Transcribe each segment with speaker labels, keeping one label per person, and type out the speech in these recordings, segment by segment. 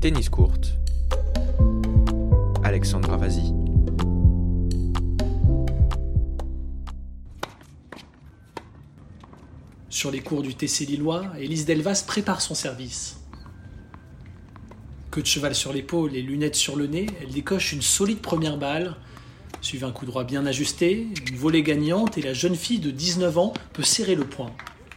Speaker 1: Tennis courte. Alexandra Vazy.
Speaker 2: Sur les cours du TC Lillois, Élise Delvasse prépare son service. Queue de cheval sur l'épaule et lunettes sur le nez, elle décoche une solide première balle, suivi un coup droit bien ajusté, une volée gagnante et la jeune fille de 19 ans peut serrer le poing.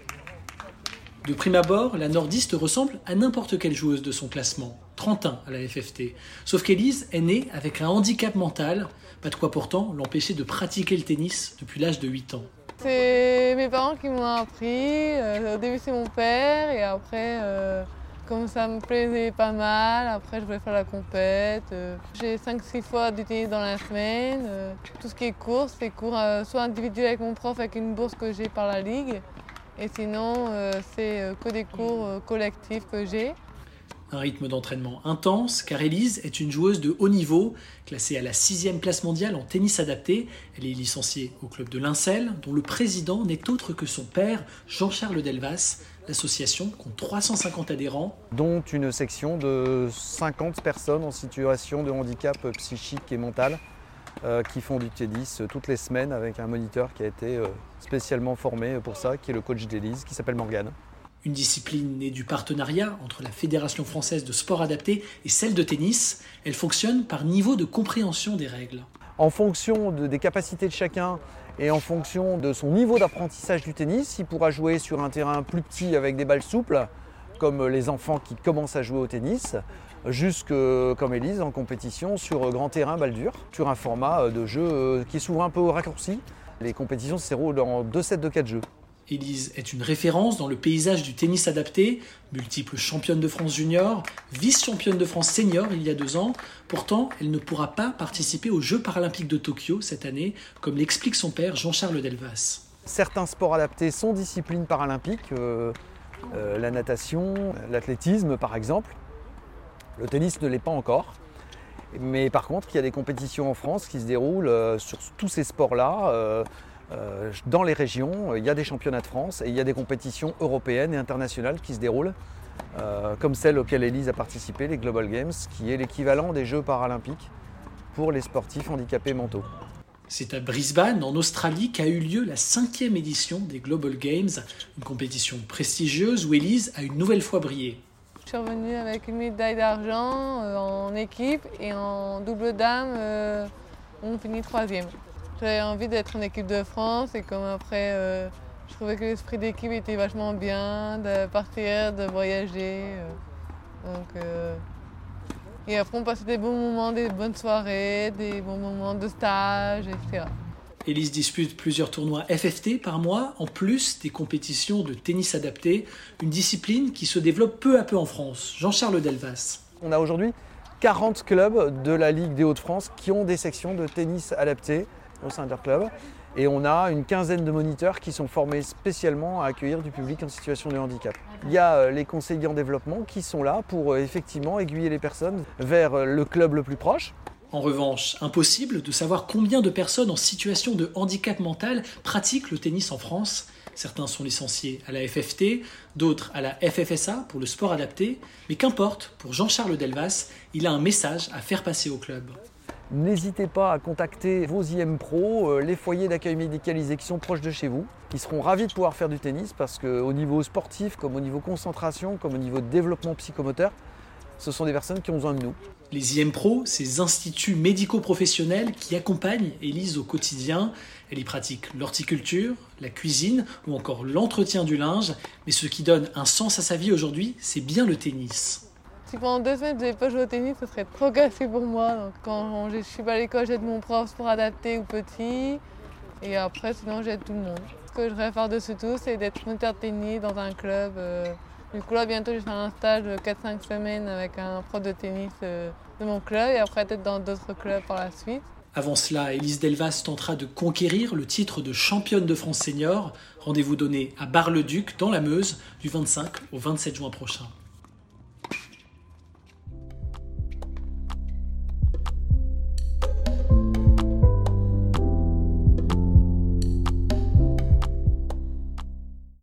Speaker 2: De prime abord, la nordiste ressemble à n'importe quelle joueuse de son classement, 31 à la FFT. Sauf qu'Élise est née avec un handicap mental, pas de quoi pourtant l'empêcher de pratiquer le tennis depuis l'âge de 8 ans.
Speaker 3: C'est mes parents qui m'ont appris, au début c'est mon père et après comme ça me plaisait pas mal, après je voulais faire la compète. J'ai 5-6 fois du tennis dans la semaine. Tout ce qui est cours, c'est cours soit individuel avec mon prof avec une bourse que j'ai par la ligue. Et sinon, c'est que des cours collectifs que j'ai.
Speaker 2: Un rythme d'entraînement intense, car Élise est une joueuse de haut niveau, classée à la 6e place mondiale en tennis adapté. Elle est licenciée au club de Lincel, dont le président n'est autre que son père, Jean-Charles Delvasse. L'association compte 350 adhérents.
Speaker 4: Dont une section de 50 personnes en situation de handicap psychique et mental. Qui font du tennis toutes les semaines avec un moniteur qui a été spécialement formé pour ça, qui est le coach d'Élise, qui s'appelle Morgane.
Speaker 2: Une discipline née du partenariat entre la Fédération française de sport adapté et celle de tennis. Elle fonctionne par niveau de compréhension des règles.
Speaker 4: En fonction des capacités de chacun et en fonction de son niveau d'apprentissage du tennis, il pourra jouer sur un terrain plus petit avec des balles souples, comme les enfants qui commencent à jouer au tennis, jusque comme Élise en compétition sur grand terrain, balle dure, sur un format de jeu qui est souvent un peu raccourci. Les compétitions se déroulent en 2 sets de 4 jeux.
Speaker 2: Élise est une référence dans le paysage du tennis adapté, multiple championne de France junior, vice-championne de France senior il y a 2 ans. Pourtant, elle ne pourra pas participer aux Jeux paralympiques de Tokyo cette année, comme l'explique son père Jean-Charles Delvasse.
Speaker 4: Certains sports adaptés sont disciplines paralympiques, la natation, l'athlétisme par exemple. Le tennis ne l'est pas encore. Mais par contre, il y a des compétitions en France qui se déroulent sur tous ces sports-là. Dans les régions, il y a des championnats de France et il y a des compétitions européennes et internationales qui se déroulent, comme celle auquel Élise a participé, les Global Games, qui est l'équivalent des Jeux paralympiques pour les sportifs handicapés mentaux.
Speaker 2: C'est à Brisbane, en Australie, qu'a eu lieu la 5e édition des Global Games, une compétition prestigieuse où Élise a une nouvelle fois brillé.
Speaker 3: Je suis revenue avec une médaille d'argent en équipe et en double dame, on finit 3e. J'avais envie d'être en équipe de France et comme après, je trouvais que l'esprit d'équipe était vachement bien, de partir, de voyager. Et après, on passait des bons moments, des bonnes soirées, des bons moments de stage, etc.
Speaker 2: Élise dispute plusieurs tournois FFT par mois, en plus des compétitions de tennis adapté, une discipline qui se développe peu à peu en France. Jean-Charles Delvasse.
Speaker 4: On a aujourd'hui 40 clubs de la Ligue des Hauts-de-France qui ont des sections de tennis adapté au sein de leur club. Et on a une quinzaine de moniteurs qui sont formés spécialement à accueillir du public en situation de handicap. Il y a les conseillers en développement qui sont là pour effectivement aiguiller les personnes vers le club le plus proche.
Speaker 2: En revanche, impossible de savoir combien de personnes en situation de handicap mental pratiquent le tennis en France. Certains sont licenciés à la FFT, d'autres à la FFSA pour le sport adapté. Mais qu'importe, pour Jean-Charles Delvasse, il a un message à faire passer au club.
Speaker 4: N'hésitez pas à contacter vos IM Pro, les foyers d'accueil médicalisés qui sont proches de chez vous. Ils seront ravis de pouvoir faire du tennis parce qu'au niveau sportif, comme au niveau concentration, comme au niveau développement psychomoteur, ce sont des personnes qui ont besoin de nous.
Speaker 2: Les IM Pro, ces instituts médico-professionnels qui accompagnent Élise au quotidien. Elle y pratique l'horticulture, la cuisine ou encore l'entretien du linge. Mais ce qui donne un sens à sa vie aujourd'hui, c'est bien le tennis.
Speaker 3: Si pendant 2 semaines je n'avais pas joué au tennis, ce serait trop cassé pour moi. Donc quand je suis pas à l'école, j'aide mon prof pour adapter ou petit. Et après, sinon, j'aide tout le monde. Ce que je rêve par-dessus tout, c'est d'être moniteur de tennis dans un club. Du coup, là, bientôt, je vais faire un stage de 4-5 semaines avec un prof de tennis de mon club et après, peut-être dans d'autres clubs par la suite.
Speaker 2: Avant cela, Élise Delvasse tentera de conquérir le titre de championne de France senior. Rendez-vous donné à Bar-le-Duc, dans la Meuse, du 25 au 27 juin prochain.